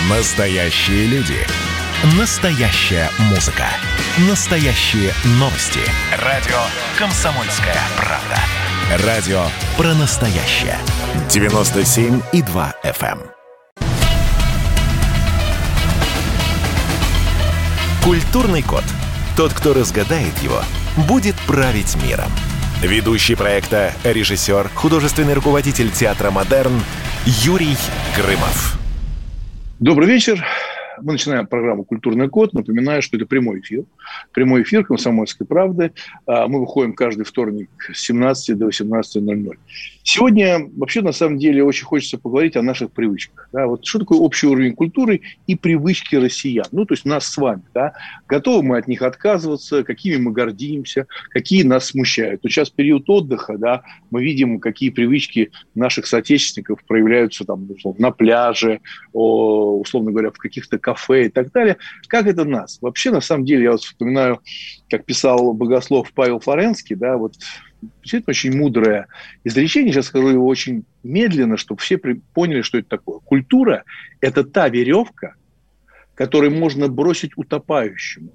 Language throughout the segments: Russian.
Настоящие люди. Настоящая музыка. Настоящие новости. Радио «Комсомольская правда». Радио про настоящее. 97,2 FM. Культурный код. Тот, кто разгадает его, будет править миром. Ведущий проекта, режиссер, художественный руководитель театра «Модерн» Юрий Грымов. Добрый вечер. Мы начинаем программу «Культурный код». Напоминаю, что это прямой эфир. Прямой эфир «Комсомольской правды». Мы выходим каждый вторник с 17 до 18:00. Сегодня вообще, на самом деле, очень хочется поговорить о наших привычках. Да? Вот что такое общий уровень культуры и привычки россиян? Ну, то есть нас с вами. Да? Готовы мы от них отказываться? Какими мы гордимся? Какие нас смущают? Вот сейчас период отдыха, да, мы видим, какие привычки наших соотечественников проявляются там, условно, на пляже, условно говоря, в каких-то кафе и так далее. Как это нас? Вообще, на самом деле, я вот вспоминаю, как писал богослов Павел Флоренский, да, вот действительно очень мудрое изречение, сейчас скажу его очень медленно, чтобы все поняли, что это такое. Культура – это та веревка, которую можно бросить утопающему,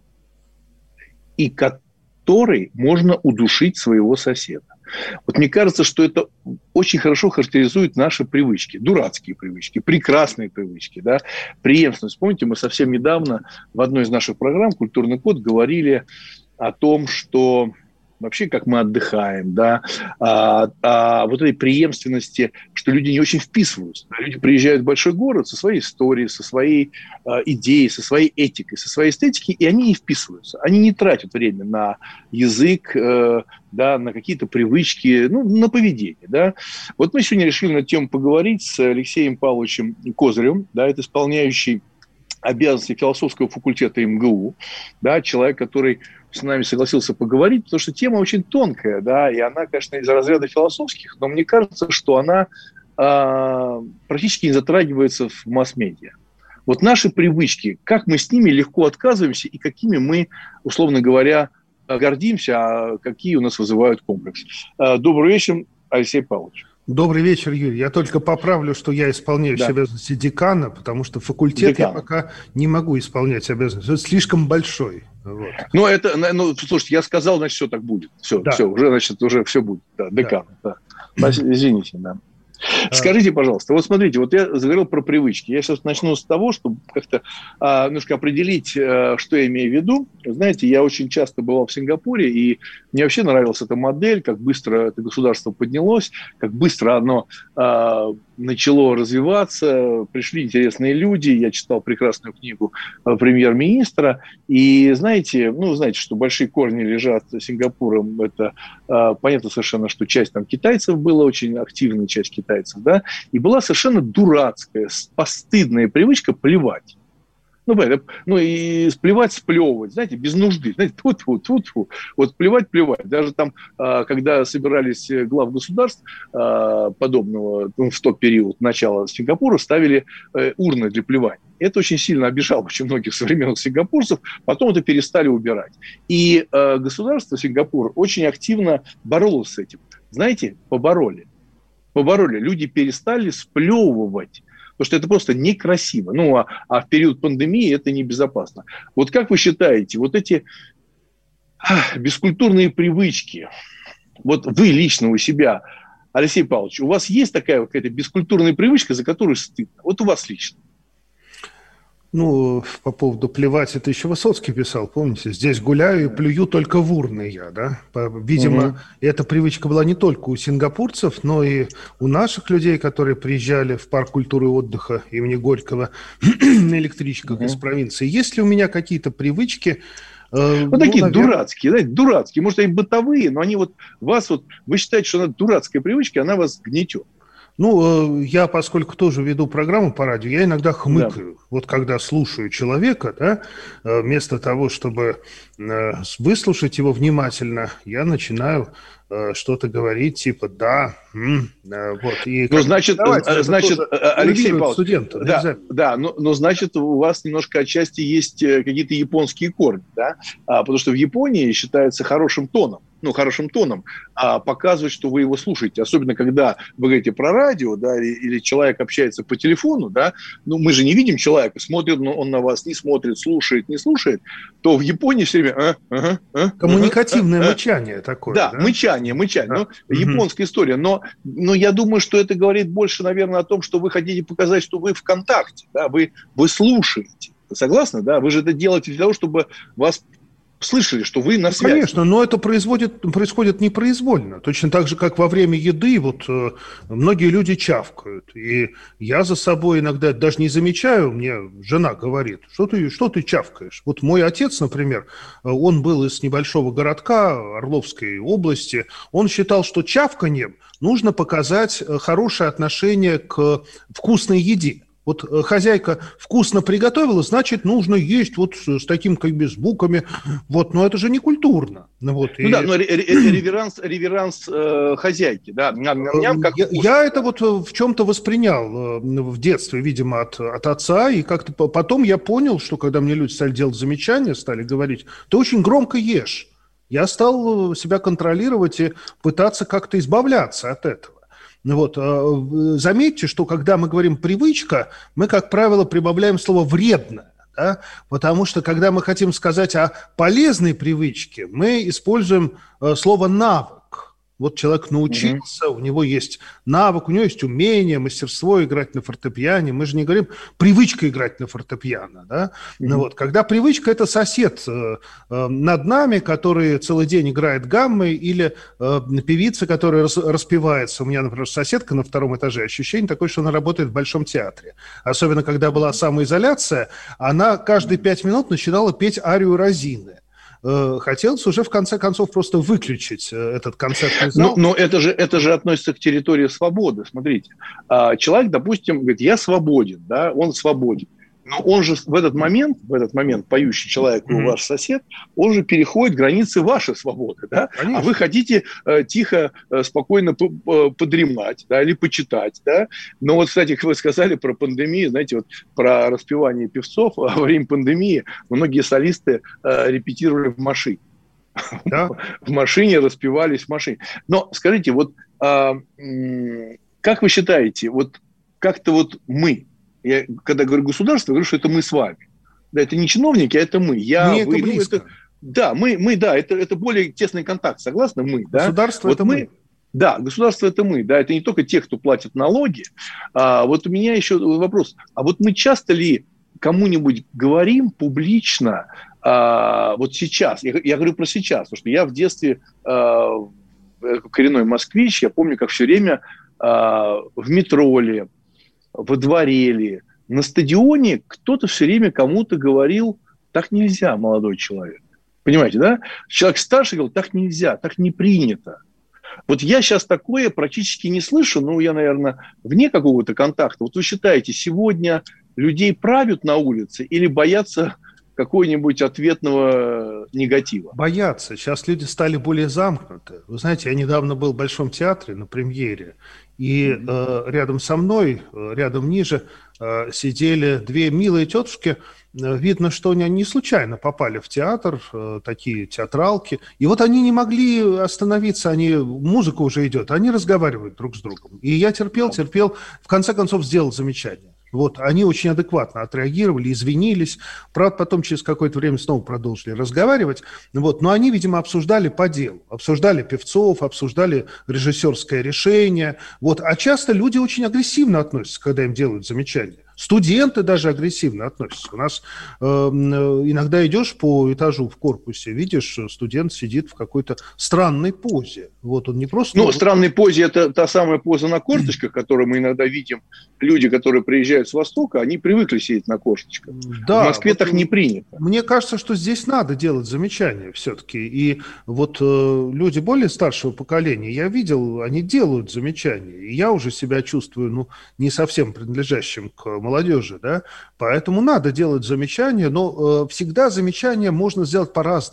и которой можно удушить своего соседа. Вот мне кажется, что это очень хорошо характеризует наши привычки. Дурацкие привычки, прекрасные привычки, да? Преемственность. Помните, мы совсем недавно в одной из наших программ «Культурный код» говорили о том, что вообще как мы отдыхаем, да, вот этой преемственности, что люди не очень вписываются. Люди приезжают в большой город со своей историей, со своей идеей, со своей этикой, со своей эстетикой, и они не вписываются. Они не тратят время на язык, да, на какие-то привычки, ну, на поведение. Да. Вот мы сегодня решили на эту тему поговорить с Алексеем Павловичем Козыревым, да, это исполняющий обязанности философского факультета МГУ, да, человек, который с нами согласился поговорить, потому что тема очень тонкая, да, и она, конечно, из разряда философских, но мне кажется, что она практически не затрагивается в масс-медиа. Вот наши привычки, как мы с ними легко отказываемся и какими мы, условно говоря, гордимся, а какие у нас вызывают комплекс. Добрый вечер, Алексей Павлович. Добрый вечер, Юрий. Я только поправлю, что я исполняющий обязанности декана, потому что факультет я пока не могу исполнять обязанности. Он слишком большой. Вот. Слушайте, я сказал, значит, все так будет. Все, уже все будет. Да, декан. Да. Извините, да. Скажите, пожалуйста, вот смотрите, вот я заговорил про привычки. Я сейчас начну с того, чтобы как-то немножко определить, что я имею в виду. Знаете, я очень часто бывал в Сингапуре, и мне вообще нравилась эта модель, как быстро это государство поднялось, как быстро оно начало развиваться, пришли интересные люди, я читал прекрасную книгу премьер-министра, и знаете, что большие корни лежат Сингапуром, это понятно совершенно, что часть там китайцев была, очень активная часть китайцев, да, и была совершенно дурацкая, постыдная привычка плевать. И сплевать, сплевывать, знаете, без нужды. Знаете, тьфу-тьфу-тьфу-тьфу. Вот плевать. Даже там, когда собирались глав государств подобного, в тот период начала Сингапура, ставили урны для плевания. Это очень сильно обижало очень многих современных сингапурцев. Потом это перестали убирать. И государство Сингапура очень активно боролось с этим. Знаете, побороли. Люди перестали сплевывать. Потому что это просто некрасиво. А в период пандемии это небезопасно. Вот как вы считаете, вот эти бескультурные привычки, вот вы лично у себя, Алексей Павлович, у вас есть такая какая-то бескультурная привычка, за которую стыдно? Вот у вас лично. По поводу плевать, это еще Высоцкий писал, помните? Здесь гуляю и плюю только в урны я, да? Видимо, эта привычка была не только у сингапурцев, но и у наших людей, которые приезжали в парк культуры и отдыха имени Горького на электричках из провинции. Есть ли у меня какие-то привычки? Такие дурацкие, знаете, дурацкие. Может, они бытовые, но они вы считаете, что она дурацкая привычка, она вас гнетет. Я, поскольку тоже веду программу по радио, я иногда хмыкаю. Да. Вот когда слушаю человека, да, вместо того, чтобы выслушать его внимательно, я начинаю что-то говорить, типа вот. И значит, Алексей Павлович, студенту, значит, у вас немножко отчасти есть какие-то японские корни, да, потому что в Японии считается хорошим тоном хорошим тоном, показывать, что вы его слушаете. Особенно, когда вы говорите про радио, да, или человек общается по телефону, да, мы же не видим человека, смотрит он на вас, не смотрит, слушает, не слушает, то в Японии все время... коммуникативное мычание такое. Да, мычание. Да. Японская история. Но я думаю, что это говорит больше, наверное, о том, что вы хотите показать, что вы в контакте, да, вы слушаете. Согласны, да? Вы же это делаете для того, чтобы вас слышали, что вы на связи. Конечно, но это происходит непроизвольно. Точно так же, как во время еды, многие люди чавкают. И я за собой иногда даже не замечаю, мне жена говорит, что ты чавкаешь. Вот мой отец, например, он был из небольшого городка Орловской области, он считал, что чавканьем нужно показать хорошее отношение к вкусной еде. Вот хозяйка вкусно приготовила, значит, нужно есть с таким звуками. Но это же не культурно. Но реверанс хозяйки, да. Я это в чем-то воспринял в детстве, видимо, от отца, и как-то потом я понял, что когда мне люди стали делать замечания, стали говорить, ты очень громко ешь. Я стал себя контролировать и пытаться как-то избавляться от этого. Заметьте, что когда мы говорим «привычка», мы, как правило, прибавляем слово «вредно». Да? Потому что, когда мы хотим сказать о полезной привычке, мы используем слово «навык». Вот человек научился, у него есть навык, у него есть умение, мастерство играть на фортепиано. Мы же не говорим «привычка играть на фортепиано». Да? Когда привычка – это сосед над нами, который целый день играет гаммы, или певица, которая распевается. У меня, например, соседка на 2 этаже. Ощущение такое, что она работает в Большом театре. Особенно, когда была самоизоляция, она каждые 5 минут начинала петь арию Розины. Хотелось уже в конце концов просто выключить этот концертный зал. Но это же относится к территории свободы. Смотрите, человек, допустим, говорит, я свободен, да, он свободен. Но он же в этот момент, поющий человек, ваш сосед, он же переходит границы вашей свободы, да? А вы хотите тихо, спокойно подремать, да, или почитать, да? Но кстати, вы сказали про пандемию, знаете, про распевание певцов во время пандемии многие солисты репетировали в машине. Да? В машине распевались в машине. Но скажите, как вы считаете, как-то мы, я, когда говорю государство, говорю, что это мы с вами. Да, это не чиновники, а это мы. Мне это близко. Это более тесный контакт, согласны? Мы. Государство это мы. Да, государство это мы. Да, это не только те, кто платит налоги. У меня еще вопрос. Мы часто ли кому-нибудь говорим публично сейчас? Я говорю про сейчас, потому что я в детстве коренной москвич, я помню, как все время в метро ли, во дворе ли, на стадионе кто-то все время кому-то говорил, так нельзя, молодой человек. Понимаете, да? Человек старше говорил, так нельзя, так не принято. Я сейчас такое практически не слышу, я, наверное, вне какого-то контакта. Вы считаете, сегодня людей правят на улице или боятся какого-нибудь ответного негатива? Боятся. Сейчас люди стали более замкнуты. Вы знаете, я недавно был в Большом театре на премьере, и рядом со мной, рядом ниже, сидели 2 милые тетушки. Видно, что они не случайно попали в театр, такие театралки. И они не могли остановиться, музыка уже идет, они разговаривают друг с другом. И я терпел, в конце концов сделал замечание. Они очень адекватно отреагировали, извинились. Правда, потом через какое-то время снова продолжили разговаривать. Но они, видимо, обсуждали по делу. Обсуждали певцов, обсуждали режиссерское решение. А часто люди очень агрессивно относятся, когда им делают замечания. Студенты даже агрессивно относятся. У нас иногда идешь по этажу в корпусе, видишь, студент сидит в какой-то странной позе. Он не просто... странной позе – это та самая поза на корточках, которую мы иногда видим. Люди, которые приезжают с Востока, они привыкли сидеть на корточках. Да, в Москве так не принято. Мне кажется, что здесь надо делать замечания все-таки. И люди более старшего поколения, я видел, они делают замечания. И я уже себя чувствую, не совсем принадлежащим к молодежи, да, поэтому надо делать замечания, но всегда замечания можно сделать по-разному.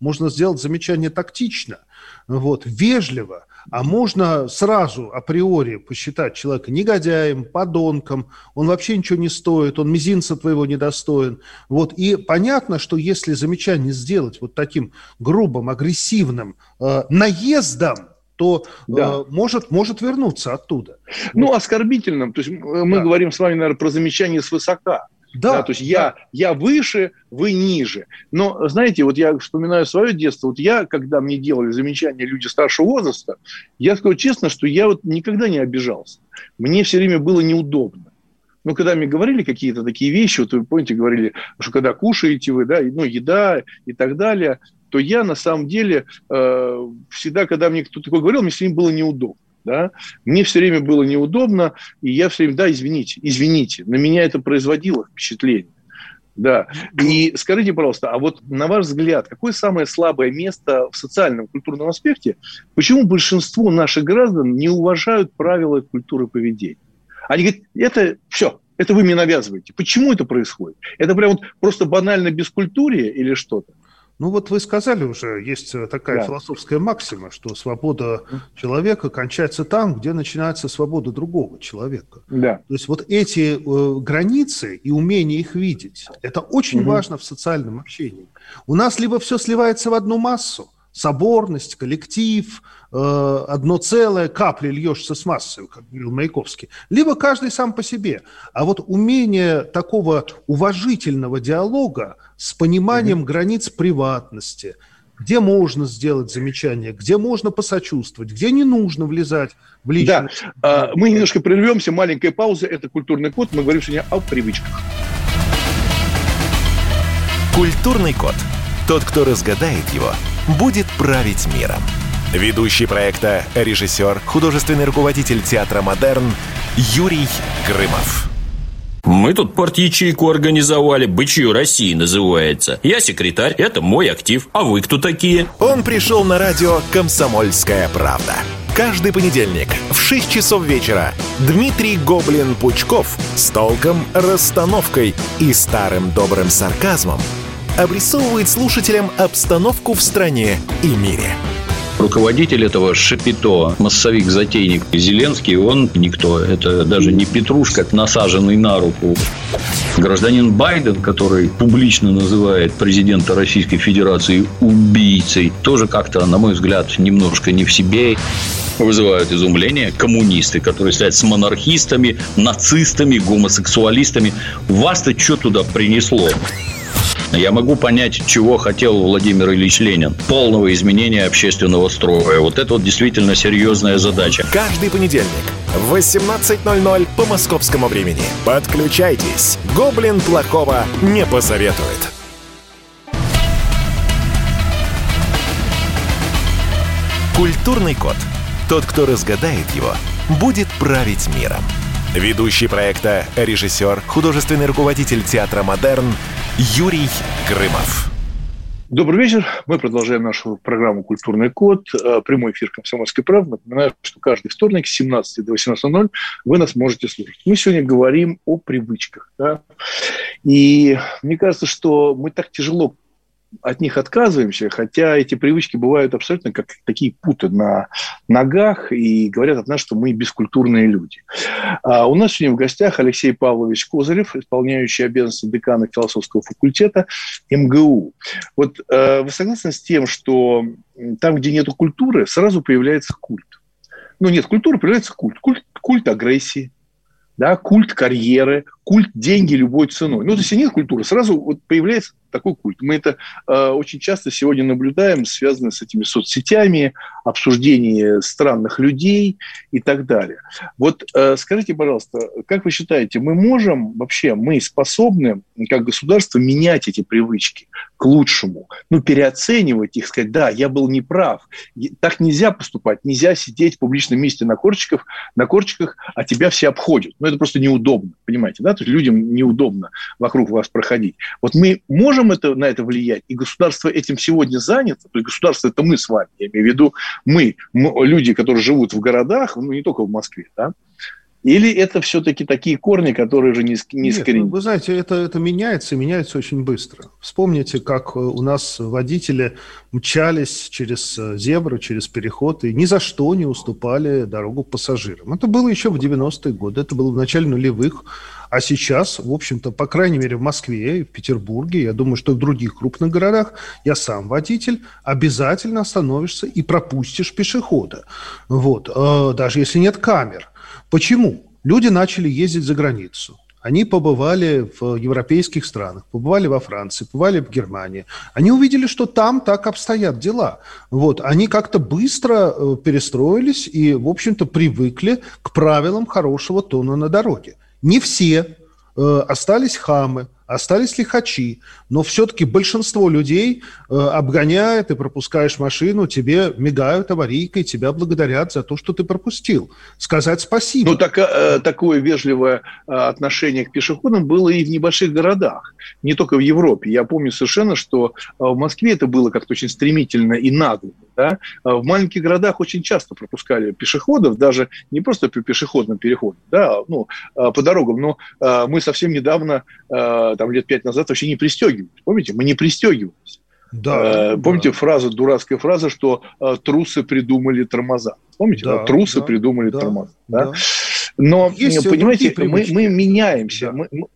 можно сделать замечание тактично, вот, вежливо, а можно сразу априори посчитать человека негодяем, подонком, он вообще ничего не стоит, он мизинца твоего недостоин. Вот. И понятно, что если замечание сделать вот таким грубым, агрессивным наездом, то может вернуться оттуда. Ну, оскорбительным. То есть мы говорим с вами, наверное, про замечание свысока. Да, то есть я выше, вы ниже. Но, знаете, вот я вспоминаю свое детство. Вот я, когда мне делали замечания люди старшего возраста, я скажу честно, что я вот никогда не обижался. Мне все время было неудобно. Но когда мне говорили какие-то такие вещи, вот вы помните, говорили, что когда кушаете вы, да, ну, еда и так далее, то я на самом деле всегда, когда мне кто-то такое говорил, мне все время было неудобно. Да? Мне все время было неудобно, и я все время, извините, на меня это производило впечатление. Да. И скажите, пожалуйста, а вот на ваш взгляд, какое самое слабое место в социальном, культурном аспекте? Почему большинство наших граждан не уважают правила культуры поведения? Они говорят, это все, это вы мне навязываете. Почему это происходит? Это прям вот просто банально бескультурие или что-то? Ну вот вы сказали уже, есть такая философская максима, что свобода человека кончается там, где начинается свобода другого человека. Да. То есть вот эти границы и умение их видеть, это очень важно в социальном общении. У нас либо все сливается в одну массу, соборность, коллектив, одно целое, капли льешься с массой, как говорил Маяковский, либо каждый сам по себе. А вот умение такого уважительного диалога с пониманием границ приватности, где можно сделать замечание, где можно посочувствовать, где не нужно влезать в личность. Да, мы немножко прервемся, маленькая пауза, это «Культурный код», мы говорим сегодня о привычках. Культурный код. Тот, кто разгадает его, будет править миром. Ведущий проекта, режиссер, художественный руководитель театра «Модерн» Юрий Грымов. Мы тут парт-ячейку организовали, «Бычье России» называется. Я секретарь, это мой актив. А вы кто такие? Он пришел на радио «Комсомольская правда». Каждый понедельник в 6 часов вечера Дмитрий Гоблин-Пучков с толком, расстановкой и старым добрым сарказмом обрисовывает слушателям обстановку в стране и мире. Руководитель этого шапито, массовик-затейник Зеленский, он никто. Это даже не петрушка, насаженный на руку. Гражданин Байден, который публично называет президента Российской Федерации убийцей, тоже как-то, на мой взгляд, немножко не в себе. Вызывают изумление коммунисты, которые стоят с монархистами, нацистами, гомосексуалистами. Вас-то что туда принесло? Я могу понять, чего хотел Владимир Ильич Ленин. Полного изменения общественного строя. Вот это вот действительно серьезная задача. Каждый понедельник в 18:00 по московскому времени. Подключайтесь. Гоблин плохого не посоветует. Культурный код. Тот, кто разгадает его, будет править миром. Ведущий проекта, режиссер, художественный руководитель театра «Модерн» Юрий Грымов. Добрый вечер. Мы продолжаем нашу программу «Культурный код». Прямой эфир «Комсомольской правды». Напоминаю, что каждый вторник с 17 до 18:00 вы нас можете слушать. Мы сегодня говорим о привычках. Да? И мне кажется, что мы так тяжело от них отказываемся, хотя эти привычки бывают абсолютно как такие путы на ногах и говорят от нас, что мы бескультурные люди. У нас сегодня в гостях Алексей Павлович Козырев, исполняющий обязанности декана философского факультета МГУ. Вот вы согласны с тем, что там, где нет культуры, сразу появляется культ? Ну, нет культуры, появляется культ. Культ агрессии, да, культ карьеры, культ деньги любой ценой. Ну, то есть, если нет культуры, сразу вот появляется такой культ. Мы это очень часто сегодня наблюдаем, связанное с этими соцсетями, обсуждение странных людей и так далее. Вот скажите, пожалуйста, как вы считаете, мы способны, как государство, менять эти привычки к лучшему? Ну, переоценивать их, сказать, да, я был неправ, так нельзя поступать, нельзя сидеть в публичном месте на корточках, а тебя все обходят. Ну, это просто неудобно, понимаете, да? То есть людям неудобно вокруг вас проходить. Вот мы можем на это влиять, и государство этим сегодня занято, то есть государство – это мы с вами, я имею в виду мы, люди, которые живут в городах, ну, не только в Москве, да? Или это все-таки такие корни, которые уже не искоренены? Вы знаете, это меняется очень быстро. Вспомните, как у нас водители мчались через зебру, через переход, и ни за что не уступали дорогу пассажирам. Это было еще в 90-е годы, это было в начале нулевых. А сейчас, в общем-то, по крайней мере, в Москве и в Петербурге, я думаю, что и в других крупных городах, я сам водитель, обязательно остановишься и пропустишь пешехода. Вот. Даже если нет камер. Почему? Люди начали ездить за границу. Они побывали в европейских странах, побывали во Франции, побывали в Германии. Они увидели, что там так обстоят дела. Вот. Они как-то быстро перестроились и, в общем-то, привыкли к правилам хорошего тона на дороге. Не все. Остались хамы, остались лихачи, но все-таки большинство людей обгоняет, и пропускаешь машину, тебе мигают аварийкой, тебя благодарят за то, что ты пропустил. Сказать спасибо. Ну, такое вежливое отношение к пешеходам было и в небольших городах, не только в Европе. Я помню совершенно, что в Москве это было как-то очень стремительно и нагло. Да? В маленьких городах очень часто пропускали пешеходов, даже не просто по пешеходным переходам, да, ну, по дорогам, но мы совсем недавно, там лет 5 назад, вообще не пристегивались. Помните? Мы не пристегивались. Да, помните дурацкая фраза, что трусы придумали тормоза? Помните? Да, трусы придумали тормоза. Да? Но, понимаете, мы меняемся.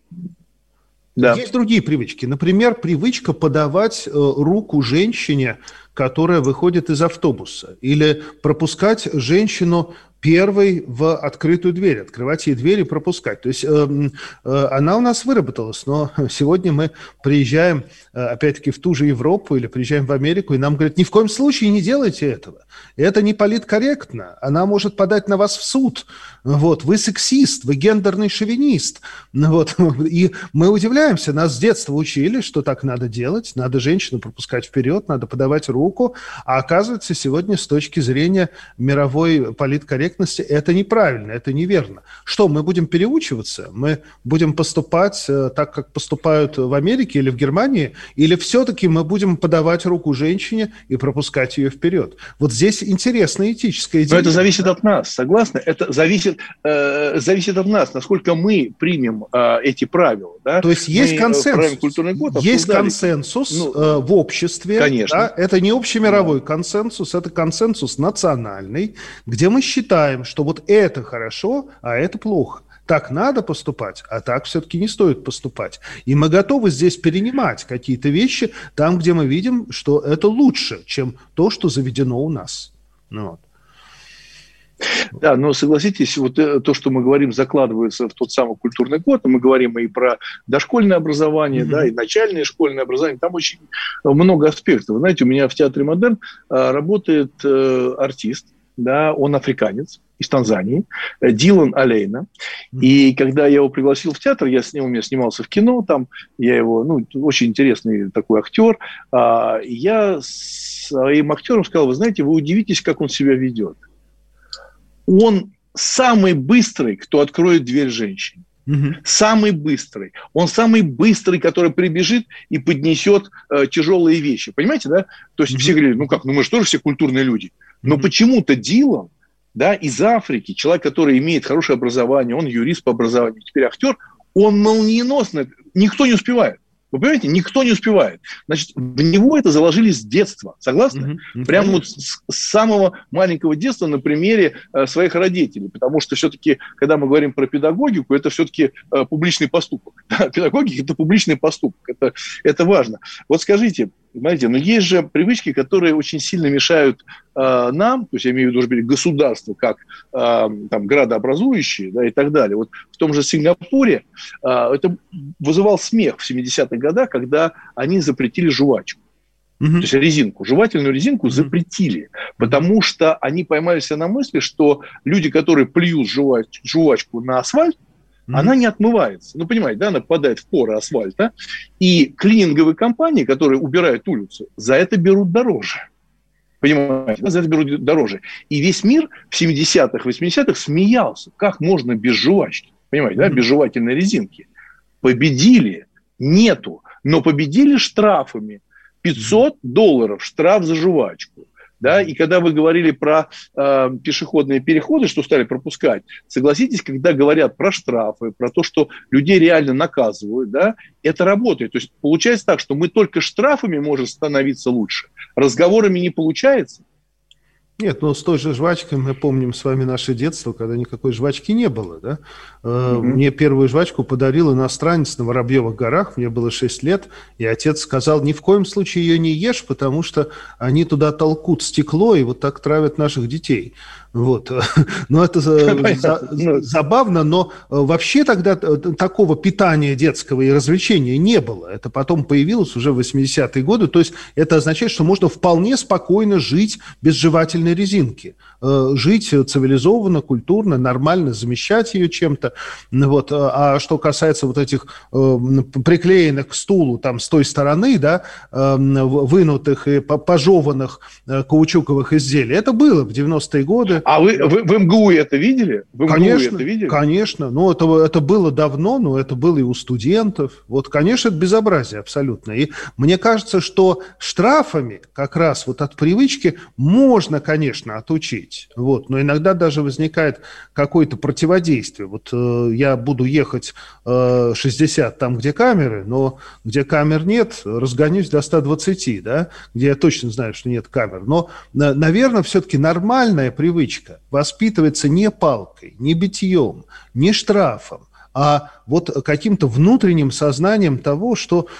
Да. Есть другие привычки. Например, привычка подавать руку женщине, которая выходит из автобуса, или пропускать женщину первой в открытую дверь, открывать ей дверь и пропускать. То есть она у нас выработалась, но сегодня мы приезжаем, опять-таки, в ту же Европу или приезжаем в Америку, и нам говорят, ни в коем случае не делайте этого. Это не политкорректно. Она может подать на вас в суд. Вот. Вы сексист, вы гендерный шовинист. Вот. И мы удивляемся. Нас с детства учили, что так надо делать. Надо женщину пропускать вперед, надо подавать руку. А оказывается, сегодня с точки зрения мировой политкорректности это неправильно, это неверно. Что, мы будем переучиваться? Мы будем поступать так, как поступают в Америке или в Германии? Или все-таки мы будем подавать руку женщине и пропускать ее вперед? Вот здесь интересная этическая идея. Но это зависит от нас, согласны? Это зависит от нас, насколько мы примем эти правила. Да? То есть есть консенсус. Есть консенсус в обществе. Конечно. Да? Это не общемировой консенсус, это консенсус национальный, где мы считаем, что вот это хорошо, а это плохо. Так надо поступать, а так все-таки не стоит поступать. И мы готовы здесь перенимать какие-то вещи там, где мы видим, что это лучше, чем то, что заведено у нас. Вот. Да, но согласитесь, вот то, что мы говорим, закладывается в тот самый культурный код, мы говорим и про дошкольное образование, да, и начальное школьное образование, там очень много аспектов. Вы знаете, у меня в Театре Модерн работает артист, да, он африканец из Танзании, Дилан Алейна. И когда я его пригласил в театр, я снимался в кино, там я его, очень интересный такой актер, я своим актерам сказал, вы знаете, вы удивитесь, как он себя ведет. Он самый быстрый, кто откроет дверь женщине. Самый быстрый. Он самый быстрый, который прибежит и поднесет тяжелые вещи. Понимаете, да? То есть все говорили, мы же тоже все культурные люди. Но почему-то Дилан, да, из Африки, человек, который имеет хорошее образование, он юрист по образованию, теперь актер, он молниеносно, никто не успевает. Вы понимаете, никто не успевает. Значит, в него это заложили с детства. Согласны? Прямо вот с самого маленького детства на примере своих родителей. Потому что все-таки, когда мы говорим про педагогику, это все-таки публичный поступок. Да? Педагогика – это публичный поступок. Это важно. Вот скажите, знаете, но есть же привычки, которые очень сильно мешают нам, то есть я имею в виду государство, как там, градообразующие, да, и так далее. Вот в том же Сингапуре это вызывал смех в 70-х годах, когда они запретили жвачку. То есть резинку, жевательную резинку запретили, потому что они поймали себя на мысли, что люди, которые плюют жвачку на асфальт, она не отмывается. Понимаете, да, она попадает в поры асфальта. И клининговые компании, которые убирают улицу, за это берут дороже. Понимаете, да, за это берут дороже. И весь мир в 70-х, 80-х смеялся. Как можно без жвачки? Понимаете, да, без жевательной резинки. Победили. Нету. Но победили штрафами. $500 штраф за жвачку. Да? И когда вы говорили про пешеходные переходы, что стали пропускать, согласитесь, когда говорят про штрафы, про то, что людей реально наказывают, да, это работает. То есть получается так, что мы только штрафами можем становиться лучше. Разговорами не получается. Нет, но с той же жвачкой мы помним с вами наше детство, когда никакой жвачки не было, да? Мне первую жвачку подарил иностранец на Воробьевых горах, мне было 6 лет, и отец сказал, ни в коем случае ее не ешь, потому что они туда толкут стекло и вот так травят наших детей. Вот. Но это забавно, но вообще тогда такого питания детского и развлечения не было. Это потом появилось уже в 80-е годы, то есть это означает, что можно вполне спокойно жить без жевательной резинки. Жить цивилизованно, культурно, нормально, замещать ее чем-то. Вот. А что касается вот этих приклеенных к стулу там с той стороны, да, вынутых и пожеванных каучуковых изделий, это было в 90-е годы. А вы в МГУ это видели? Конечно. Ну, это было давно, но это было и у студентов. Вот, конечно, это безобразие абсолютно. И мне кажется, что штрафами как раз вот от привычки можно, конечно, отучить. Вот. Но иногда даже возникает какое-то противодействие. Вот я буду ехать 60 там, где камеры, но где камер нет, разгонюсь до 120, да, где я точно знаю, что нет камер. Но, наверное, все-таки нормальная привычка воспитывается не палкой, не битьем, не штрафом, а вот каким-то внутренним сознанием того, что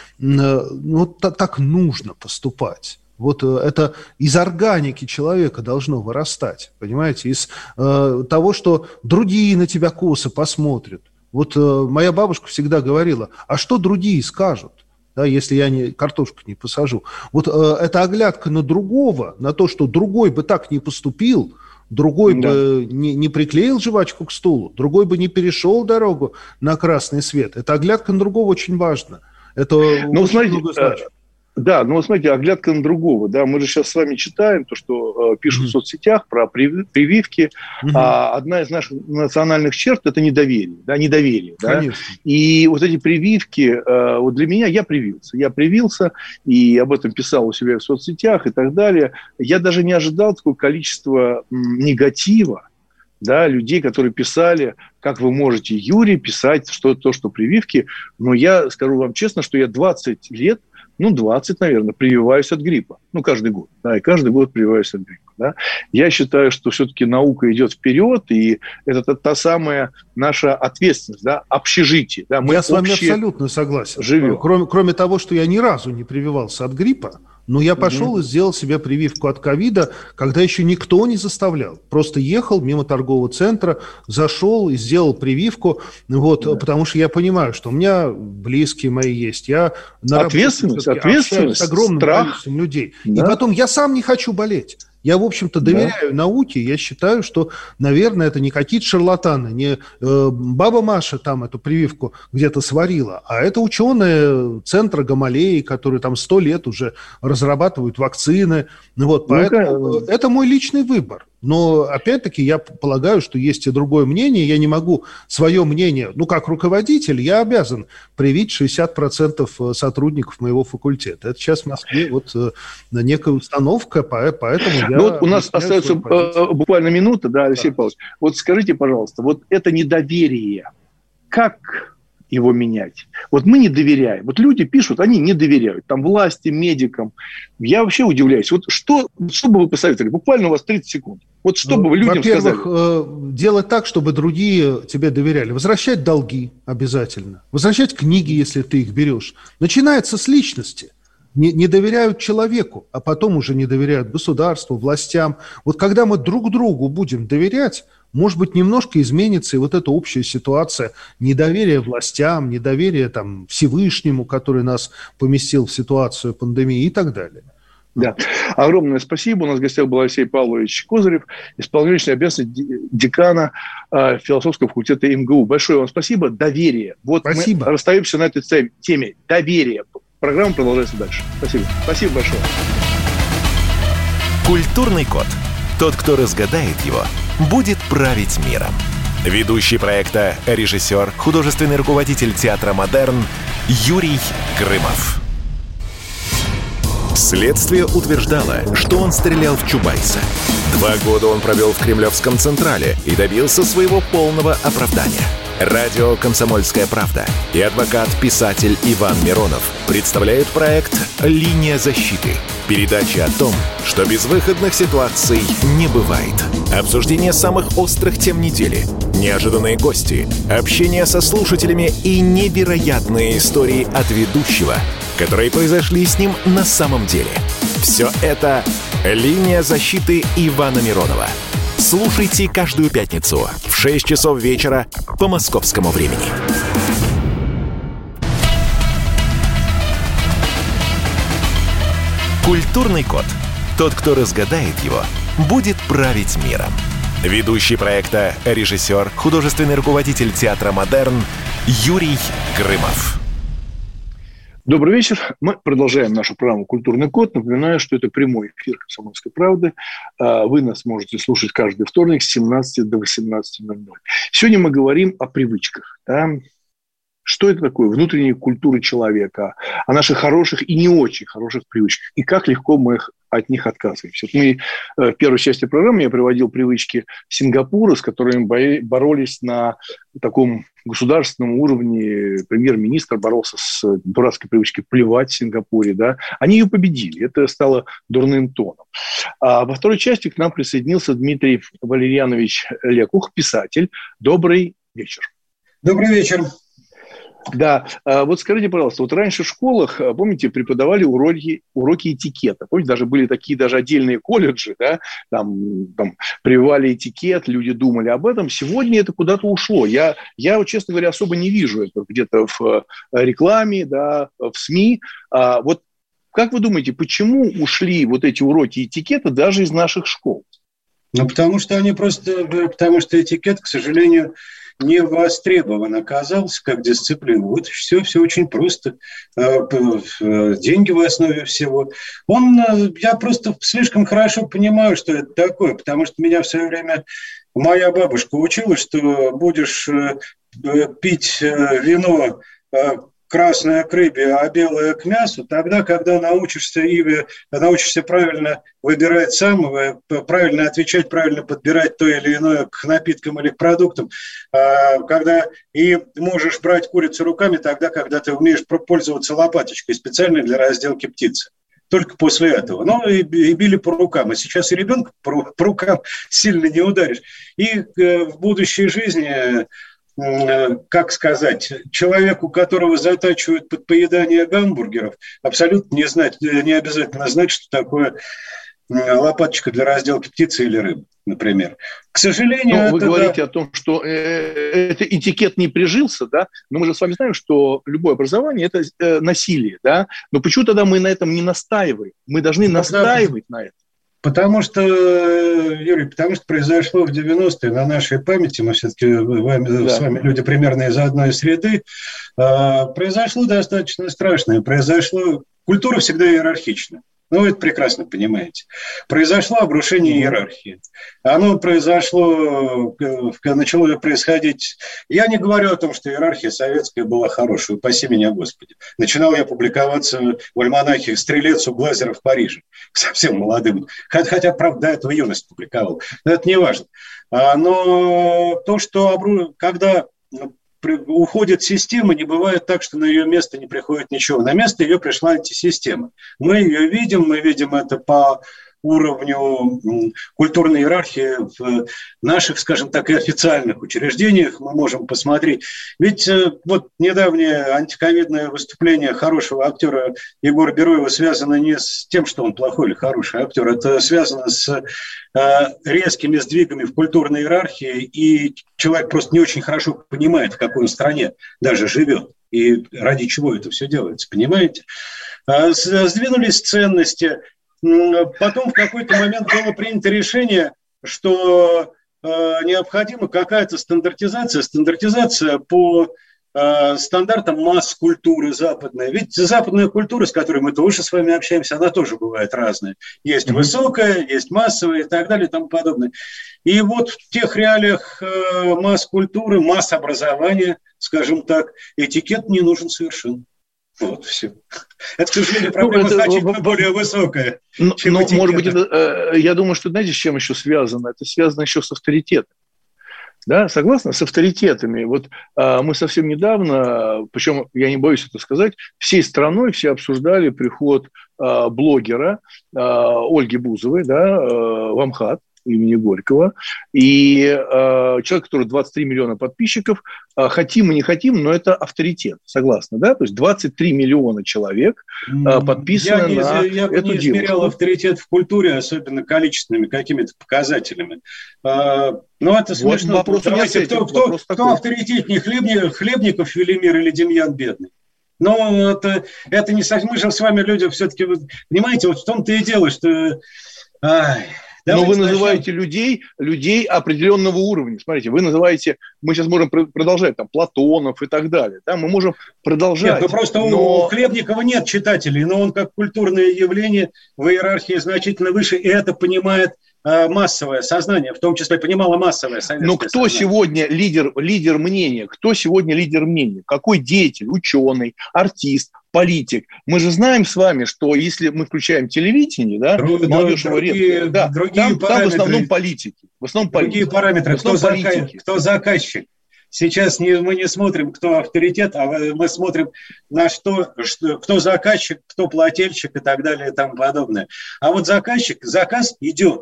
так нужно поступать. Вот это из органики человека должно вырастать, понимаете, из того, что другие на тебя косо посмотрят. Вот моя бабушка всегда говорила, а что другие скажут? Да, если я картошку не посажу. Вот эта оглядка на другого, на то, что другой бы так не поступил, другой бы не приклеил жвачку к стулу, другой бы не перешел дорогу на красный свет. Эта оглядка на другого очень важна. Это очень много значит. Да, но смотрите, оглядка на другого. Да, мы же сейчас с вами читаем то, что пишут в соцсетях про прививки. А одна из наших национальных черт – это недоверие. Да, недоверие. Да? И вот эти прививки, вот для меня я привился, и об этом писал у себя в соцсетях и так далее. Я даже не ожидал такого количества негатива, да, людей, которые писали, как вы можете, Юрий, писать что прививки. Но я скажу вам честно, что я 20 лет, 20, наверное, прививаюсь от гриппа. Каждый год. Да, и каждый год прививаюсь от гриппа. Да. Я считаю, что все-таки наука идет вперед, и это та самая наша ответственность, да, общежитие. Да, я с вами абсолютно согласен. Живем. Кроме того, что я ни разу не прививался от гриппа, но я пошел и сделал себе прививку от ковида, когда еще никто не заставлял. Просто ехал мимо торгового центра, зашел и сделал прививку, потому что я понимаю, что у меня близкие мои есть. Я на ответственность, с огромным количеством людей. Да? И потом я сам не хочу болеть. Я, в общем-то, доверяю науке. Я считаю, что, наверное, это не какие-то шарлатаны, не баба Маша там эту прививку где-то сварила, а это ученые центра Гамалеи, которые там 100 лет уже разрабатывают вакцины. Поэтому это мой личный выбор. Но, опять-таки, я полагаю, что есть и другое мнение. Я не могу свое мнение... как руководитель, я обязан привить 60% сотрудников моего факультета. Это сейчас в Москве некая установка, поэтому я... у нас остается буквально минута, да, Алексей Павлович. Вот скажите, пожалуйста, вот это недоверие, как его менять? Вот мы не доверяем. Вот люди пишут, они не доверяют. Там власти, медикам. Я вообще удивляюсь. Вот что бы вы посоветовали? Буквально у вас 30 секунд. Вот что бы вы людям сказали? Во-первых, делать так, чтобы другие тебе доверяли. Возвращать долги обязательно. Возвращать книги, если ты их берешь. Начинается с личности. Не доверяют человеку, а потом уже не доверяют государству, властям. Вот когда мы друг другу будем доверять, может быть, немножко изменится и вот эта общая ситуация недоверия властям, недоверия Всевышнему, который нас поместил в ситуацию пандемии и так далее. Да. Огромное спасибо. У нас в гостях был Алексей Павлович Козырев, исполняющий обязанности декана философского факультета МГУ. Большое вам спасибо. Доверие. Спасибо. Мы расстаемся на этой теме. Доверие. Программа продолжается дальше. Спасибо. Спасибо большое. Культурный код. Тот, кто разгадает его, будет править миром. Ведущий проекта, режиссер, художественный руководитель театра «Модерн» Юрий Грымов. Следствие утверждало, что он стрелял в Чубайса. 2 года он провел в Кремлевском Централе и добился своего полного оправдания. Радио «Комсомольская правда» и адвокат-писатель Иван Миронов представляют проект «Линия защиты». Передача о том, что безвыходных ситуаций не бывает. Обсуждение самых острых тем недели, неожиданные гости, общение со слушателями и невероятные истории от ведущего, которые произошли с ним на самом деле. Все это «Линия защиты» Ивана Миронова. Слушайте каждую пятницу в 6 часов вечера по московскому времени. Культурный код. Тот, кто разгадает его, будет править миром. Ведущий проекта, режиссер, художественный руководитель театра «Модерн» Юрий Грымов. Добрый вечер. Мы продолжаем нашу программу «Культурный код». Напоминаю, что это прямой эфир «Комсомольской правды». Вы нас можете слушать каждый вторник с 17 до 18:00. Сегодня мы говорим о привычках. Да? Что это такое? Внутренняя культура человека, о наших хороших и не очень хороших привычках. И как легко мы от них отказываемся. Вот мы в первой части программы я приводил привычки Сингапура, с которыми боролись на таком государственном уровне. Премьер-министр боролся с дурацкой привычкой плевать в Сингапуре. Да? Они ее победили. Это стало дурным тоном. А во второй части к нам присоединился Дмитрий Валерьянович Лекух, писатель. Добрый вечер. Добрый вечер. Да, вот скажите, пожалуйста, вот раньше в школах, помните, преподавали уроки этикета. Помните, даже были такие даже отдельные колледжи, да, там прививали этикет, люди думали об этом. Сегодня это куда-то ушло. Я честно говоря, особо не вижу это где-то в рекламе, да, в СМИ. Вот как вы думаете, почему ушли вот эти уроки этикета даже из наших школ? Ну, потому что этикет, к сожалению, не востребован оказался как дисциплина. Вот все очень просто. Деньги в основе всего. Я просто слишком хорошо понимаю, что это такое, потому что меня в свое время моя бабушка учила, что будешь пить вино красное к рыбе, а белое к мясу, тогда, когда научишься правильно выбирать сам, правильно отвечать, правильно подбирать то или иное к напиткам или к продуктам, когда и можешь брать курицу руками тогда, когда ты умеешь пользоваться лопаточкой специальной для разделки птицы. Только после этого. И били по рукам. А сейчас и ребенка по рукам сильно не ударишь. И в будущей жизни... как сказать, человеку, которого затачивают под поедание гамбургеров, абсолютно не обязательно знать, что такое лопаточка для разделки птицы или рыбы, например. К сожалению, вы говорите о том, что этот этикет не прижился, да? Но мы же с вами знаем, что любое образование – это насилие, да? Но почему тогда мы на этом не настаиваем? Мы должны настаивать на этом. Потому что произошло в 90-е на нашей памяти, мы все-таки с вами люди примерно из одной среды, произошло достаточно страшное. Культура всегда иерархична. Вы это прекрасно понимаете. Произошло обрушение иерархии. Оно начало происходить... Я не говорю о том, что иерархия советская была хорошая, упаси меня, Господи. Начинал я публиковаться в альманахе «Стрелец у Глазера в Париже», совсем молодым. Хотя, правда, до этого юность публиковал. Но это не важно. Но то, что когда... уходит система, не бывает так, что на ее место не приходит ничего. На место ее пришла антисистема. Мы ее видим это по уровню культурной иерархии в наших, скажем так, и официальных учреждениях мы можем посмотреть. Ведь вот недавнее антиковидное выступление хорошего актера Егора Бероева связано не с тем, что он плохой или хороший актер, это связано с резкими сдвигами в культурной иерархии, и человек просто не очень хорошо понимает, в какой он стране даже живет и ради чего это все делается, понимаете? Сдвинулись ценности. Потом в какой-то момент было принято решение, что необходима какая-то стандартизация по стандартам масс-культуры западной. Ведь западная культура, с которой мы тоже с вами общаемся, она тоже бывает разная. Есть высокая, есть массовая и так далее и тому подобное. И вот в тех реалиях масс-культуры, масс-образования, скажем так, этикет не нужен совершенно. Вот, все. Это, к сожалению, проблема значительно более высокая, чем этикета. Может быть, я думаю, что, знаете, с чем еще связано? Это связано еще с авторитетом. Да, согласна? С авторитетами. Вот мы совсем недавно, причем я не боюсь это сказать, всей страной все обсуждали приход блогера Ольги Бузовой, да, в МХАТ имени Горького. И человек, который 23 миллиона подписчиков, хотим и не хотим, но это авторитет, согласна, да? То есть 23 миллиона человек подписаны на эту девушку. Я не измерял авторитет в культуре, особенно количественными какими-то показателями. Но это смешно. Вот вопрос, кто авторитетнее, Хлебников, Велимир или Демьян Бедный? Но это не совсем... Мы же с вами люди все-таки... Понимаете, вот в том-то и дело, что... Но вы называете людей определенного уровня. Смотрите, вы называете, мы сейчас можем продолжать, там, Платонов и так далее. Да? Мы можем продолжать. Нет, просто у Хлебникова нет читателей, но он как культурное явление в иерархии значительно выше, и это понимает массовое сознание, в том числе понимало массовое советское сознание. Но кто сегодня лидер мнения? Кто сегодня лидер мнения? Какой деятель, ученый, артист, политик? Мы же знаем с вами, что если мы включаем телевидение, да, молодежь его редко, да, там в основном политики. Другие параметры. Кто заказчик? Сейчас мы не смотрим, кто авторитет, а мы смотрим на кто заказчик, кто плательщик и так далее и тому подобное. А вот заказ идет,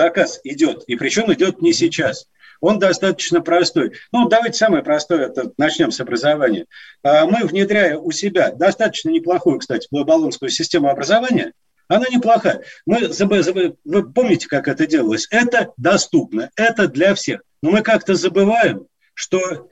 и причем идет не сейчас. Он достаточно простой. Давайте самое простое, начнем с образования. Мы, внедряя у себя достаточно неплохую, кстати, болонскую систему образования, она неплохая. Вы помните, как это делалось? Это доступно, это для всех. Но мы как-то забываем, что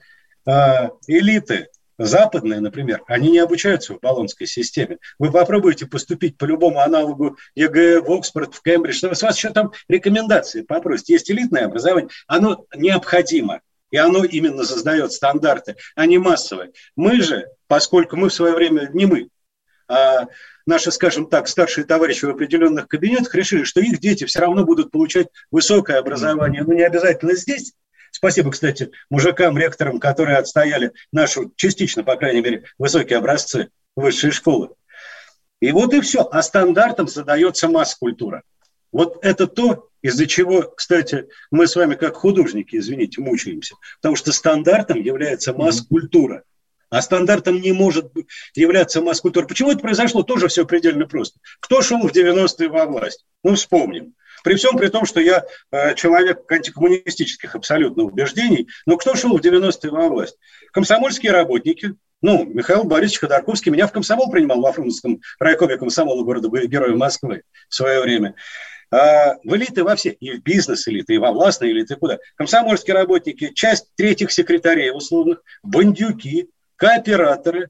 элиты западные, например, они не обучаются в болонской системе. Вы попробуйте поступить по любому аналогу ЕГЭ в Оксфорд, в Кембридж, с вас еще там рекомендации попросят. Есть элитное образование, оно необходимо, и оно именно создает стандарты, а не массовое. Мы же, поскольку мы в свое время, не мы, а наши, скажем так, старшие товарищи в определенных кабинетах решили, что их дети все равно будут получать высокое образование, но не обязательно здесь. Спасибо, кстати, мужикам, ректорам, которые отстояли нашу, частично, по крайней мере, высокие образцы высшей школы. И вот и все. А стандартом задается масс-культура. Вот это то, из-за чего, кстати, мы с вами как художники, извините, мучаемся. Потому что стандартом является масс-культура. А стандартом не может являться масс-культура. Почему это произошло? Тоже все предельно просто. Кто шел в 90-е во власть? Вспомним. При всем при том, что я человек антикоммунистических абсолютно убеждений, но кто шел в 90-е во власть? Комсомольские работники. Михаил Борисович Ходорковский меня в комсомол принимал во Фрунзенском райкоме комсомола города-героя Москвы в свое время. В элиты во все, и в бизнес-элиты, и во властные элиты, куда? Комсомольские работники, часть третьих секретарей условных, бандюки, кооператоры,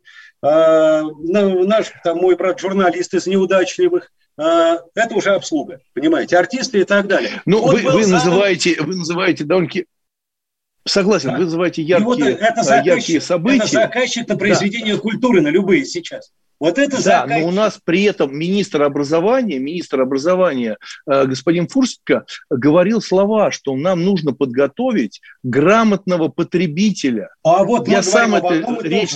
мой брат журналист из неудачливых, это уже обслуга, понимаете, артисты и так далее. Вы называете довольно-таки... Согласен, вы называете яркие события. Это заказчик на произведение культуры, на любые сейчас. Вот это заказчик. Да, но у нас при этом министр образования господин Фурсенко говорил слова, что нам нужно подготовить грамотного потребителя. Я сам эту речь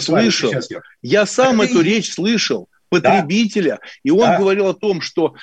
слышал. Потребителя, да. И он говорил о том, что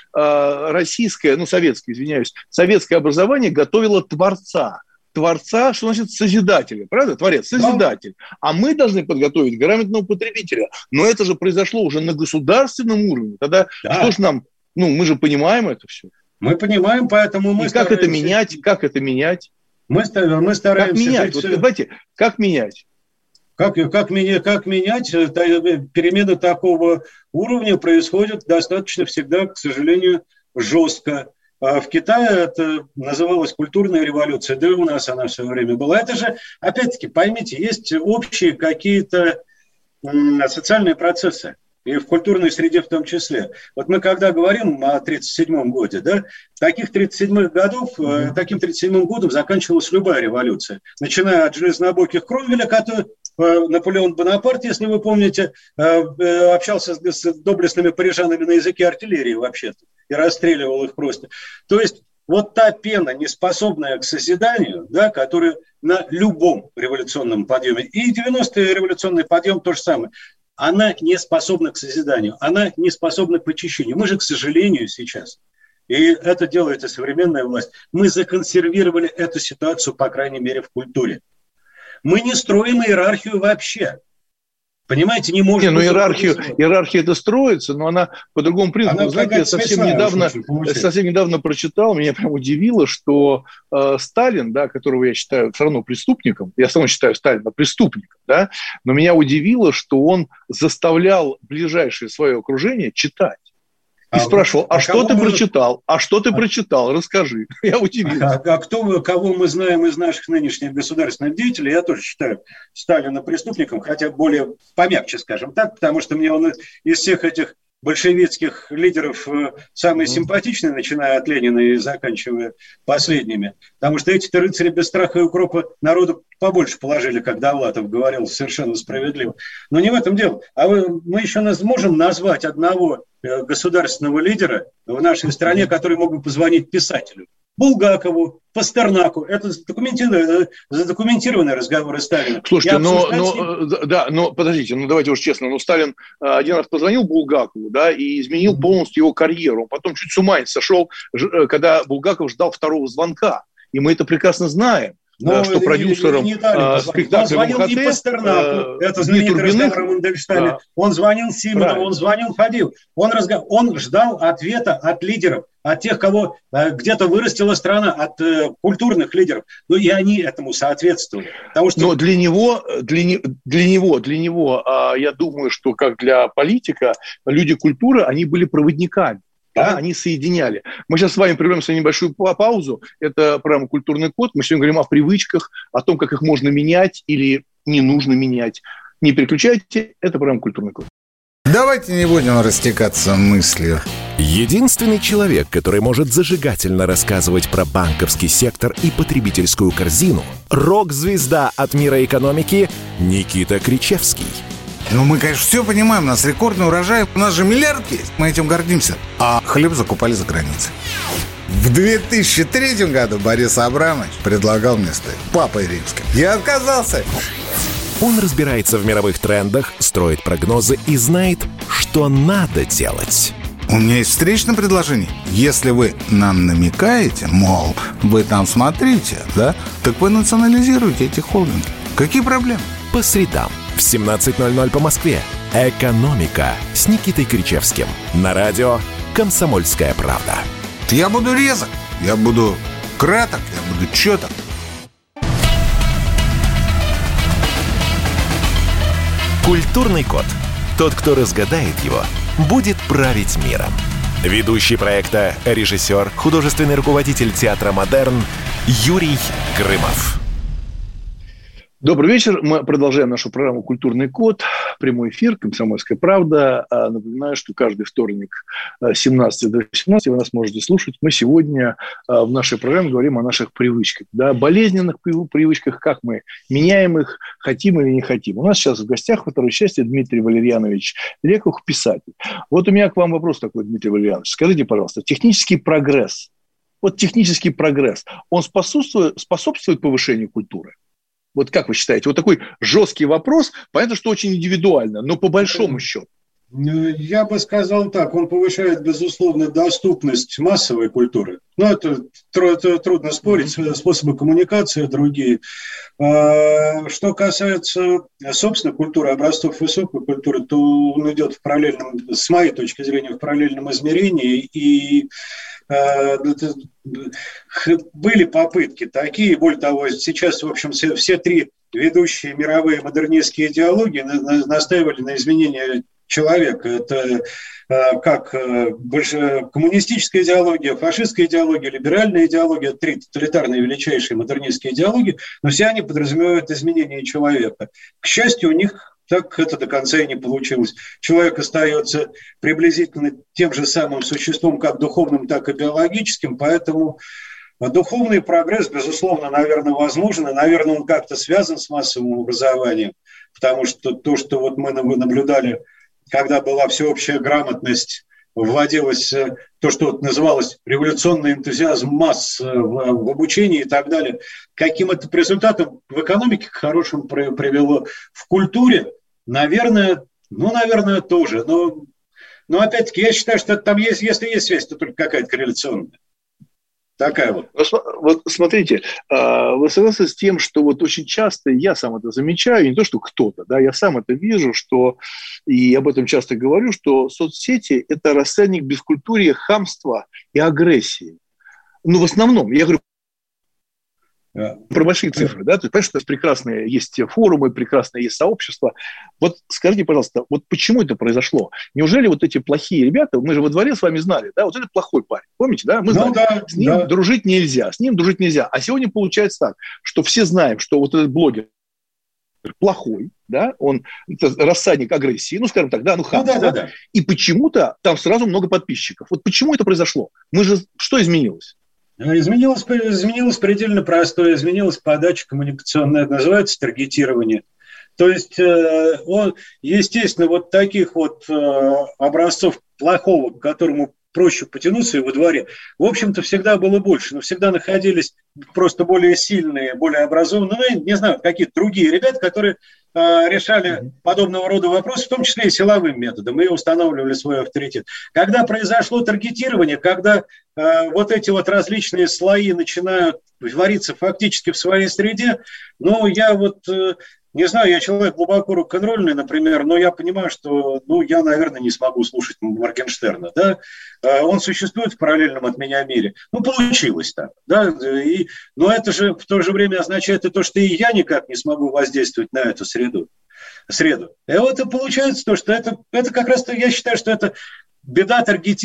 советское образование готовило творца, что значит созидателя, правда? Творец, созидатель. А мы должны подготовить грамотного потребителя. Но это же произошло уже на государственном уровне. Тогда что ж нам, мы же понимаем это все. Мы понимаем, поэтому мы стараемся... Как это менять? Мы стараемся... Как менять? Как менять? Перемены такого уровня происходят достаточно всегда, к сожалению, жестко. В Китае это называлось культурная революция, да и у нас она все время была. Это же, опять-таки, поймите, есть общие какие-то социальные процессы, и в культурной среде в том числе. Вот мы когда говорим о 1937 году, да, таким 1937 годом заканчивалась любая революция, начиная от железнобоких Кромвеля, который Наполеон Бонапарт, если вы помните, общался с доблестными парижанами на языке артиллерии вообще-то и расстреливал их просто. То есть вот та пена, неспособная к созиданию, да, которая на любом революционном подъеме, и 90-й революционный подъем то же самое, она не способна к созиданию, она не способна к очищению. Мы же, к сожалению, сейчас, и это делает и современная власть, мы законсервировали эту ситуацию, по крайней мере, в культуре. Мы не строим иерархию вообще. Понимаете, не может быть... Иерархия это строится, но она по другому принципу. Вы знаете, я совсем недавно прочитал, меня прям удивило, что Сталин, да, которого я считаю все равно преступником, я сам считаю Сталина преступником, да, но меня удивило, что он заставлял ближайшее свое окружение читать. И спрашивал, что ты прочитал? А что ты прочитал? Расскажи. Я удивился. Кого мы знаем из наших нынешних государственных деятелей, я тоже считаю Сталина преступником, хотя более помягче, скажем так, потому что мне он из всех этих большевистских лидеров самый симпатичный, начиная от Ленина и заканчивая последними. Потому что эти-то рыцари без страха и укропа народу побольше положили, как Довлатов говорил, совершенно справедливо. Но не в этом дело. Мы еще можем назвать одного государственного лидера в нашей стране, который мог бы позвонить писателю. Булгакову, Пастернаку. Это задокументированные разговоры Сталина. Слушайте, но подождите, давайте уж честно. Сталин один раз позвонил Булгакову, да, и изменил полностью его карьеру. Он потом чуть с ума не сошел, когда Булгаков ждал второго звонка. И мы это прекрасно знаем. Что продюсером спектакля он звонил и Пастернаку, это знаменитый разговор о Мандельштаме. Да. Он звонил Симонову, он звонил Фадееву. Он ждал ответа от лидеров, от тех, кого где-то вырастила страна, от культурных лидеров. И они этому соответствовали. Но для него, я думаю, что как для политика, люди культуры, они были проводниками. Да, они соединяли. Мы сейчас с вами прервемся на небольшую паузу. Это программа «Культурный код». Мы сегодня говорим о привычках, о том, как их можно менять или не нужно менять. Не переключайте. Это программа «Культурный код». Давайте не будем растекаться мыслью. Единственный человек, который может зажигательно рассказывать про банковский сектор и потребительскую корзину – рок-звезда от мира экономики Никита Кричевский. Мы, конечно, все понимаем, у нас рекордный урожай, у нас же миллиард есть, мы этим гордимся. А хлеб закупали за границей. В 2003 году Борис Абрамович предлагал мне стать папой римским. Я отказался. Он разбирается в мировых трендах, строит прогнозы и знает, что надо делать. У меня есть встречное предложение. Если вы нам намекаете, мол, вы там смотрите, да, так вы национализируете эти холдинги. Какие проблемы? По средам в 17:00 по Москве. «Экономика» с Никитой Кричевским. На радио «Комсомольская правда». Я буду резок, я буду краток, я буду чёток. Культурный код. Тот, кто разгадает его, будет править миром. Ведущий проекта, режиссер, художественный руководитель театра «Модерн» Юрий Грымов. Добрый вечер. Мы продолжаем нашу программу «Культурный код». Прямой эфир, «Комсомольская правда». Напоминаю, что каждый вторник с 17 до 18 вы нас можете слушать. Мы сегодня в нашей программе говорим о наших привычках. Да, болезненных привычках, как мы меняем их, хотим или не хотим. У нас сейчас в гостях во второй части Дмитрий Валерьянович Лекух, писатель. Вот у меня к вам вопрос такой, Дмитрий Валерьянович. Скажите, пожалуйста, технический прогресс, он способствует повышению культуры? Вот как вы считаете? Вот такой жесткий вопрос. Понятно, что очень индивидуально, но по большому счету. Я бы сказал так. Он повышает, безусловно, доступность массовой культуры. Это трудно спорить. Способы коммуникации другие. Что касается, собственно, культуры, образцов высокой культуры, то он идет в параллельном, с моей точки зрения, в параллельном измерении. И были попытки такие, более того, сейчас, в общем, все три ведущие мировые модернистские идеологии настаивали на изменении человека. Это как коммунистическая идеология, фашистская идеология, либеральная идеология, три тоталитарные величайшие модернистские идеологии, но все они подразумевают изменение человека. К счастью, у них так это до конца и не получилось. Человек остается приблизительно тем же самым существом, как духовным, так и биологическим, поэтому духовный прогресс, безусловно, наверное, возможен, и, наверное, он как-то связан с массовым образованием, потому что то, что вот мы наблюдали, когда была всеобщая грамотность, вводилось то, что вот называлось революционный энтузиазм масс в обучении и так далее, каким это результатом в экономике к хорошему привело. В культуре, наверное, Ну, наверное, тоже. Но опять-таки, я считаю, что там есть, если есть связь, то только какая-то корреляционная. Такая вот. Вот смотрите, вы согласны с тем, что вот очень часто я сам это замечаю, не то, что кто-то, да, я сам это вижу, что, и об этом часто говорю, что соцсети – это рассадник бескультурья, хамства и агрессии. Ну, в основном, я говорю про большие цифры, да, то есть, понимаешь, что прекрасные есть форумы, прекрасное есть сообщество. Вот скажите, пожалуйста, вот почему это произошло? Неужели вот эти плохие ребята, мы же во дворе с вами знали, да, вот это плохой парень, помните, да, мы знали, с ним дружить нельзя, а сегодня получается так, что все знаем, что вот этот блогер плохой, да, он рассадник агрессии, ну, скажем так, да, ну, хамство, да. И почему-то там сразу много подписчиков. Вот почему это произошло? Что изменилось? Изменилось предельно простое, изменилась подача коммуникационная, это называется таргетирование. То есть, естественно, вот таких вот образцов плохого, к которому проще потянуться и во дворе, в общем-то, всегда было больше, но всегда находились просто более сильные, более образованные, не знаю, какие-то другие ребята, которые решали подобного рода вопросы, в том числе и силовым методом, и устанавливали свой авторитет. Когда произошло таргетирование, когда вот эти вот различные слои начинают вариться фактически в своей среде, ну, я вот... Не знаю, я человек глубоко рок-н-ролльный, например, но я понимаю, что я, наверное, не смогу слушать Моргенштерна. Да? Он существует в параллельном от меня мире. Ну, получилось так. Да? Но это же в то же время означает и то, что и я никак не смогу воздействовать на эту среду. И вот и получается то, что это как раз-то, я считаю, что это беда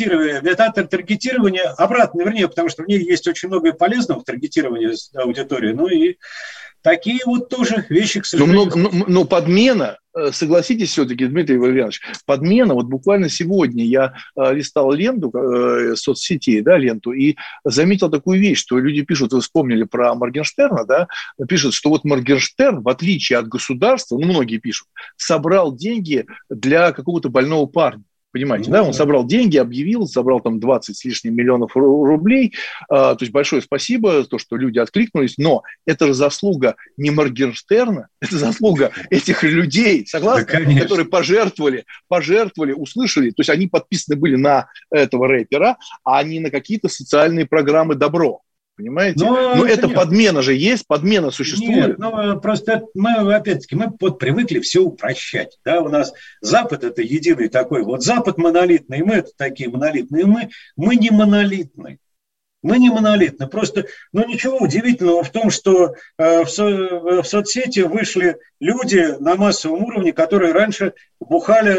таргетирования обратно, вернее, потому что в ней есть очень много полезного в таргетировании аудитории, ну и такие вот тоже вещи, к сожалению. Но подмена, согласитесь все-таки, Дмитрий Валерьянович, подмена, вот буквально сегодня я листал ленту соцсетей, да, ленту, и заметил такую вещь, что люди пишут, вы вспомнили про Моргенштерна, да, пишут, что вот Моргенштерн, в отличие от государства, многие пишут, собрал деньги для какого-то больного парня. Понимаете, да? Он собрал деньги, объявил, собрал там 20 с лишним миллионов рублей. То есть большое спасибо за то, что люди откликнулись. Но это же заслуга не Моргенштерна, это заслуга этих людей, согласны? Да, которые пожертвовали, услышали. То есть они подписаны были на этого рэпера, а не на какие-то социальные программы «Добро». Понимаете? Но это подмена же есть, подмена существует. Нет, просто мы вот привыкли все упрощать. Да? У нас Запад это единый такой. Вот Запад монолитный, мы это такие монолитные. Мы не монолитны. Мы не монолитны. Просто, ничего удивительного в том, что в соцсети вышли люди на массовом уровне, которые раньше бухали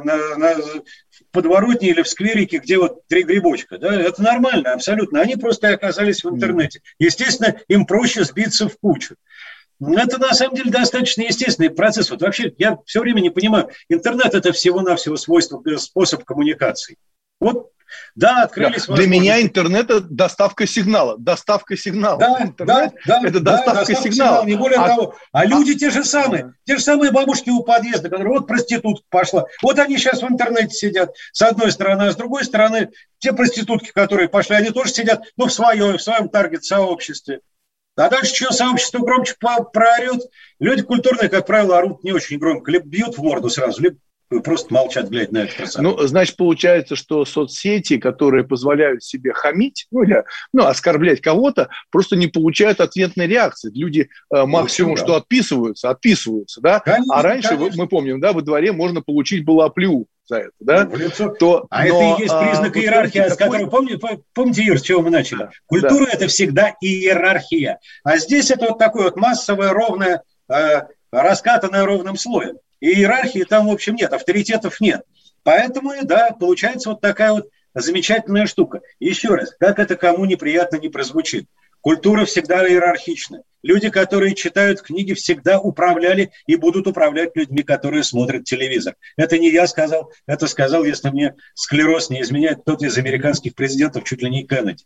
в подворотне или в скверике, где вот 3 грибочка. Да? Это нормально, абсолютно. Они просто оказались в интернете. Естественно, им проще сбиться в кучу. Это, на самом деле, достаточно естественный процесс. Вот вообще, я все время не понимаю, интернет – это всего-навсего способ коммуникации. Вот, да, открылись... Для меня интернет – это доставка сигнала. Доставка сигнала. Да, это доставка сигнала. Не более того. А люди те же самые бабушки у подъезда, которые вот проститутка пошла. Вот они сейчас в интернете сидят, с одной стороны, а с другой стороны, те проститутки, которые пошли, они тоже сидят, в своем таргет-сообществе. А дальше что сообщество громче проорет? Люди культурные, как правило, орут не очень громко. Либо бьют в морду сразу, либо просто молчат, глядя на это красоту. Значит, получается, что соцсети, которые позволяют себе хамить, оскорблять кого-то, просто не получают ответной реакции. Люди максимум, что отписываются, да? Конечно, а раньше, мы помним, да, во дворе можно получить было оплеуху за это, да? Это и есть признак иерархии, с которой, помните, Юр, с чего мы начали? Да, культура – это всегда иерархия. А здесь это вот такое вот массовое, ровное, раскатанное ровным слоем. И иерархии там, в общем, нет, авторитетов нет. Поэтому, да, получается вот такая вот замечательная штука. Еще раз, как это кому неприятно не прозвучит. Культура всегда иерархична. Люди, которые читают книги, всегда управляли и будут управлять людьми, которые смотрят телевизор. Это не я сказал, это сказал, если мне склероз не изменяет, кто-то из американских президентов, чуть ли не Кеннеди.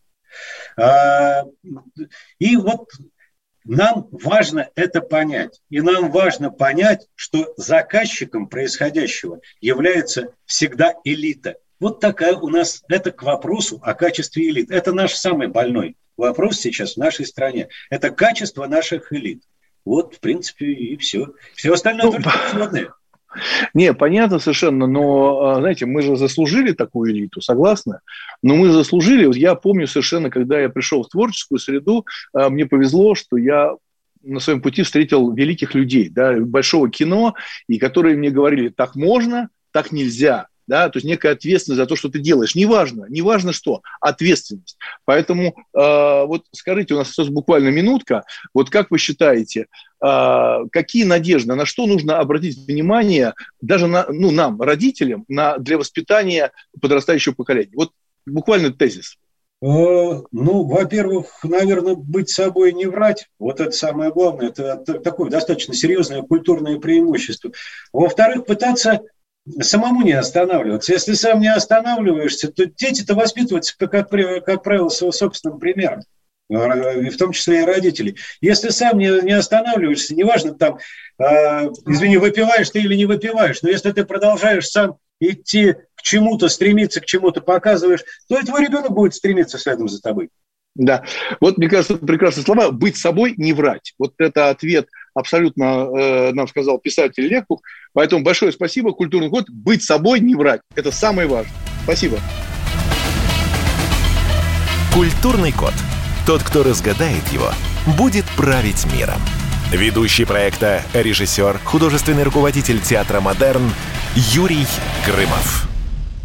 И вот... Нам важно это понять. И нам важно понять, что заказчиком происходящего является всегда элита. Вот такая у нас, это к вопросу о качестве элит. Это наш самый больной вопрос сейчас в нашей стране. Это качество наших элит. Вот, в принципе, и все. Все остальное только природное. Не, понятно совершенно, но, знаете, мы же заслужили такую элиту, согласны? Но мы заслужили, вот я помню совершенно, когда я пришел в творческую среду, мне повезло, что я на своем пути встретил великих людей, да, большого кино, и которые мне говорили, так можно, так нельзя. Да, то есть некая ответственность за то, что ты делаешь. Неважно что, ответственность. Поэтому вот скажите, у нас осталась буквально минутка, вот как вы считаете, какие надежды, на что нужно обратить внимание даже нам, родителям, для воспитания подрастающего поколения? Вот буквально тезис. Во-первых, наверное, быть собой, не врать. Вот это самое главное. Это такое достаточно серьезное культурное преимущество. Во-вторых, пытаться самому не останавливаться. Если сам не останавливаешься, то дети-то воспитываются, как правило, своим собственным примером, в том числе и родители. Если сам не останавливаешься, неважно, там, выпиваешь ты или не выпиваешь, но если ты продолжаешь сам идти к чему-то, стремиться к чему-то, показываешь, то и твой ребенок будет стремиться следом за тобой. Да, вот, мне кажется, прекрасные слова. Быть собой, не врать. Вот это ответ абсолютно нам сказал писатель Лекух. Поэтому большое спасибо. Культурный код. Быть собой, не врать. Это самое важное. Спасибо. Культурный код. Тот, кто разгадает его, будет править миром. Ведущий проекта, режиссер, художественный руководитель театра «Модерн» Юрий Грымов.